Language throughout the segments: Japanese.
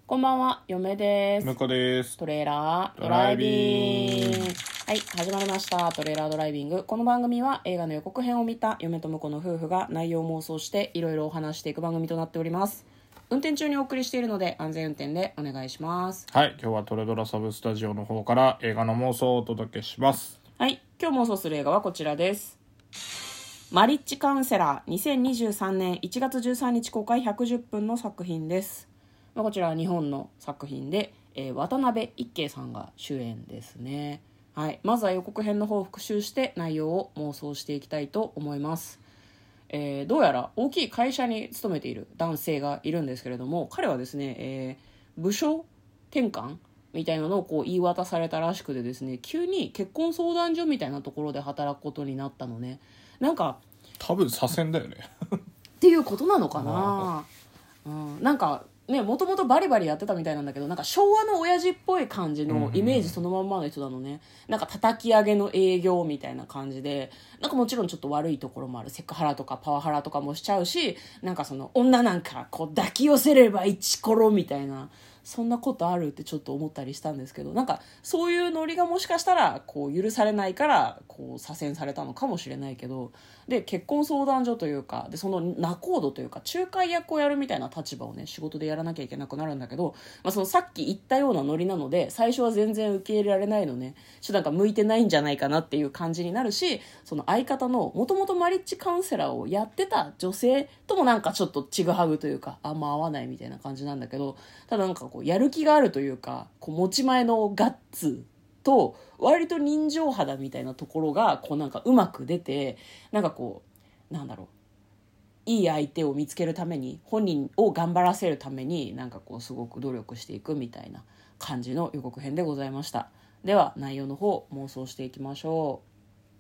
こんばんは、嫁です。 向こうです。 トレーラードライビング。はい、始まりました。トレーラードライビング。この番組は映画の予告編を見た嫁と婿の夫婦が内容を妄想していろいろお話していく番組となっております。運転中にお送りしているので安全運転でお願いします。 はい、今日はトレドラサブスタジオの方から映画の妄想をお届けします。 はい、今日妄想する映画はこちらです。マリッジカウンセラー、2023年1月13日公開110分の作品です。こちらは日本の作品で、渡辺一慶さんが主演ですね。はい、まずは予告編の方を復習して内容を妄想していきたいと思います。どうやら大きい会社に勤めている男性がいるんですけれども、彼はですね、部署転換みたいなのをこう言い渡されたらしくてですね、急に結婚相談所みたいなところで働くことになったのね。なんか多分左遷だよね。 っていうことなのかな、なんかね、もともとバリバリやってたみたいなんだけど、なんか昭和の親父っぽい感じのイメージそのまんまの人なのね。なんか叩き上げの営業みたいな感じで、なんかもちろんちょっと悪いところもある。セクハラとかパワハラとかもしちゃうし、なんかその女なんかこう抱き寄せればイチコロみたいな、そんなことあるってちょっと思ったりしたんですけど、なんかそういうノリがもしかしたらこう許されないからこう左遷されたのかもしれないけど、で結婚相談所というかで、その仲人というか仲介役をやるみたいな立場をね仕事でやらなきゃいけなくなるんだけど、そのさっき言ったようなノリなので最初は全然受け入れられないのね。ちょっとなんか向いてないんじゃないかなっていう感じになるし、その相方のもともとマリッジカウンセラーをやってた女性ともなんかちょっとちぐはぐというかあんま合わないみたいな感じなんだけど、ただなんかこうやる気があるというか、こう持ち前のガッツと割と人情肌みたいなところがこうなんかうまく出て、なんかこうなんだろう、いい相手を見つけるために本人を頑張らせるためになんかこうすごく努力していくみたいな感じの予告編でございました。では内容の方妄想していきましょう。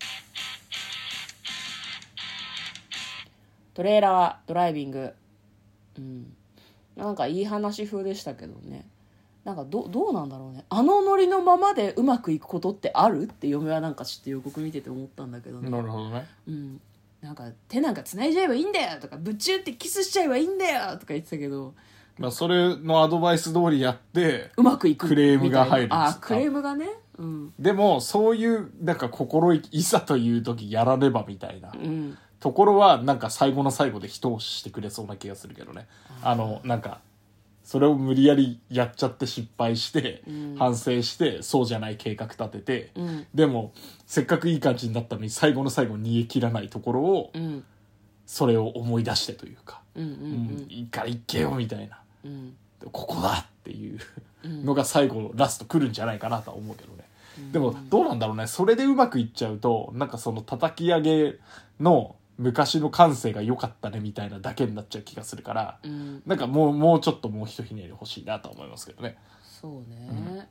トレーラードライビング、なんかいい話風でしたけどね。なんかどうなんだろうね。あのノリのままでうまくいくことってあるって嫁はなんか知って予告見てて思ったんだけどね。 なるほどね。 なんか手なんか繋いじゃえばいいんだよとか、ぶっちゅってキスしちゃえばいいんだよとか言ってたけど、 それのアドバイス通りやってうまくいくクレームが入るんです。 あ、クレームがね。 でもそういうなんか心いざという時やらねばみたいな、ところはなんか最後の最後で一押ししてくれそうな気がするけどね。なんかそれを無理やりやっちゃって失敗して、反省してそうじゃない計画立てて、でもせっかくいい感じになったのに最後の最後逃げ切らないところを、それを思い出してというか、いいから行けよみたいな、ここだっていうのが最後ラスト来るんじゃないかなとは思うけどね。でもどうなんだろうね。それでうまくいっちゃうとなんかその叩き上げの昔の感性が良かったねみたいなだけになっちゃう気がするから、なんかもうちょっともうひとひねり欲しいなと思いますけどね。 そうね。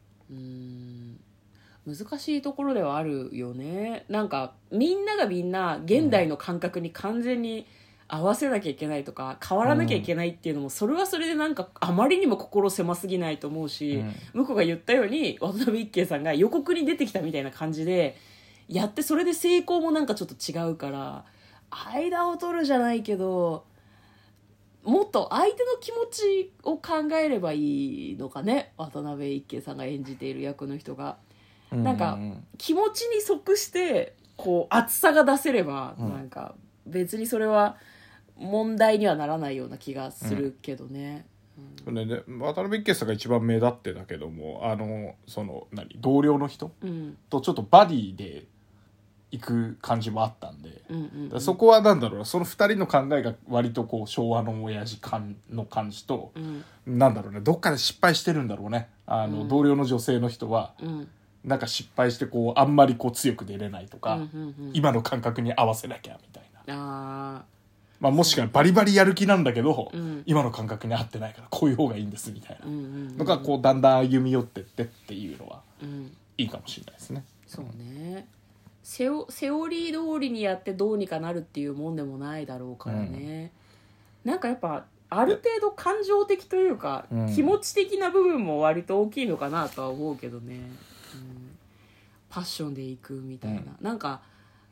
難しいところではあるよね。なんかみんながみんな現代の感覚に完全に合わせなきゃいけないとか変わらなきゃいけないっていうのも、それはそれでなんかあまりにも心狭すぎないと思うし、向こうが言ったように渡辺一慶さんが予告に出てきたみたいな感じでやって、それで成功もなんかちょっと違うから間を取るじゃないけど、もっと相手の気持ちを考えればいいのかね。渡辺一慶さんが演じている役の人がなんか気持ちに即してこう熱さが出せれば、なんか別にそれは問題にはならないような気がするけどね。 で渡辺一慶さんが一番目立ってだけども、その同僚の人、とちょっとバディで行く感じもあったんで、そこはなんだろうな、その二人の考えが割とこう昭和の親父感の感じと、なんだろうね、どっかで失敗してるんだろうね。同僚の女性の人は、なんか失敗してこうあんまりこう強く出れないとか、今の感覚に合わせなきゃみたいな。もしくはバリバリやる気なんだけど、今の感覚に合ってないからこういう方がいいんですみたいなのがこうだんだん歩み寄ってってっていうのは、いいかもしれないですね。 そうね。セオリー通りにやってどうにかなるっていうもんでもないだろうからね。なんかやっぱある程度感情的というか、気持ち的な部分も割と大きいのかなとは思うけどね。パッションでいくみたいな、なんか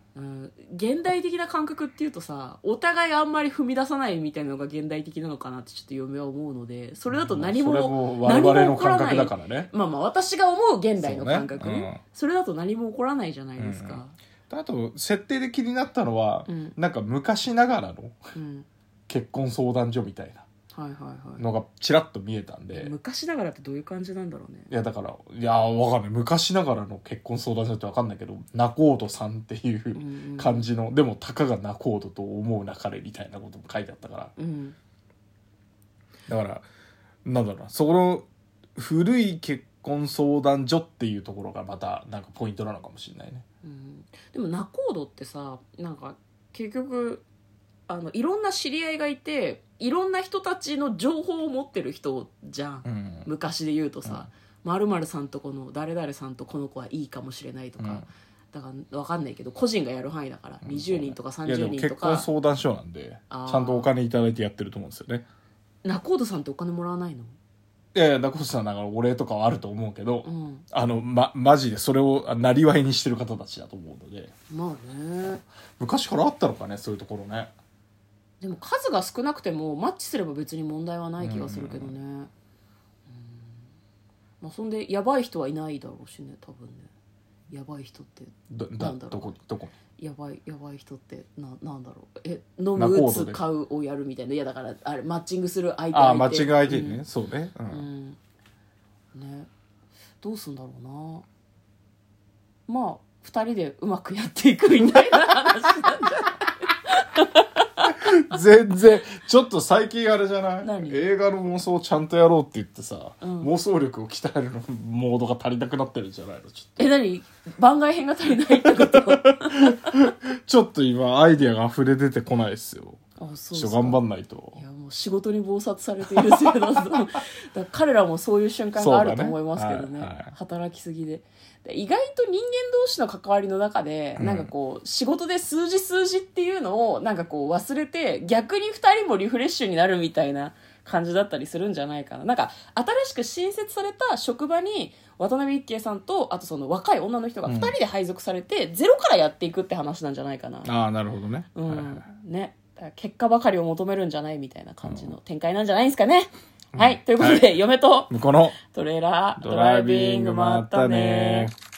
現代的な感覚っていうとさ、お互いあんまり踏み出さないみたいなのが現代的なのかなってちょっと嫁は思うので、それだと何も、 それも我々の感覚だからね。 まあまあ私が思う現代の感覚ね。 そうね、 それだと何も起こらないじゃないですか。 あと設定で気になったのは、なんか昔ながらの結婚相談所みたいなのがちらっと見えたんで、 昔ながらってどういう感じなんだろうね。 いやだからわかんない、昔ながらの結婚相談所ってわかんないけど、仲人さんっていう感じの、でもたかが仲人と思うなかれみたいなことも書いてあったから、だからなんだろうな、そこの古い結婚相談所っていうところがまたなんかポイントなのかもしれないね。 でも仲人ってさ、なんか結局いろんな知り合いがいて、いろんな人たちの情報を持ってる人じゃん、昔で言うとさ、〇〇さんとこの誰々さんとこの子はいいかもしれないとか、だから分かんないけど個人がやる範囲だから、20人とか30人とか。いやでも結婚相談所なんでちゃんとお金いただいてやってると思うんですよね。 仲人さんってお金もらわないの？ いやいや、仲人さんなんかお礼とかはあると思うけど、マジでそれをなりわいにしてる方たちだと思うので。 まあね、 昔からあったのかね、そういうところね。 でも数が少なくてもマッチすれば別に問題はない気がするけどね。まあ、そんでやばい人はいないだろうしね、多分ね。やばい人ってなんだろう、 どこやばい人ってなんだろう、飲む打つ買うをやるみたいな。いやだからあれマッチングする相手マッチング相手にね、そうね、 ね、どうすんだろうな。まあ2人でうまくやっていくみたいな話なんじゃない全然ちょっと最近あれじゃない、 何映画の妄想をちゃんとやろうって言ってさ、妄想力を鍛えるのモードが足りなくなってるんじゃないの？ちょっと何番外編が足りないってことちょっと今アイディアが溢れ出てこないですよ。 そうちょっと頑張んないと。 いやもう仕事に忙殺されているせいだだから彼らもそういう瞬間があると思いますけどね、働きすぎで意外と人間同士の関わりの中で、なんかこう仕事で数字っていうのをなんかこう忘れて、逆に2人もリフレッシュになるみたいな感じだったりするんじゃないかな。なんか新しく新設された職場に渡辺一慶さんとあとその若い女の人が2人で配属されて、ゼロからやっていくって話なんじゃないかな。 なるほどね。 ね、結果ばかりを求めるんじゃないみたいな感じの展開なんじゃないですかね。はい、ということで、嫁と向こうのトレーラードライビングまったね。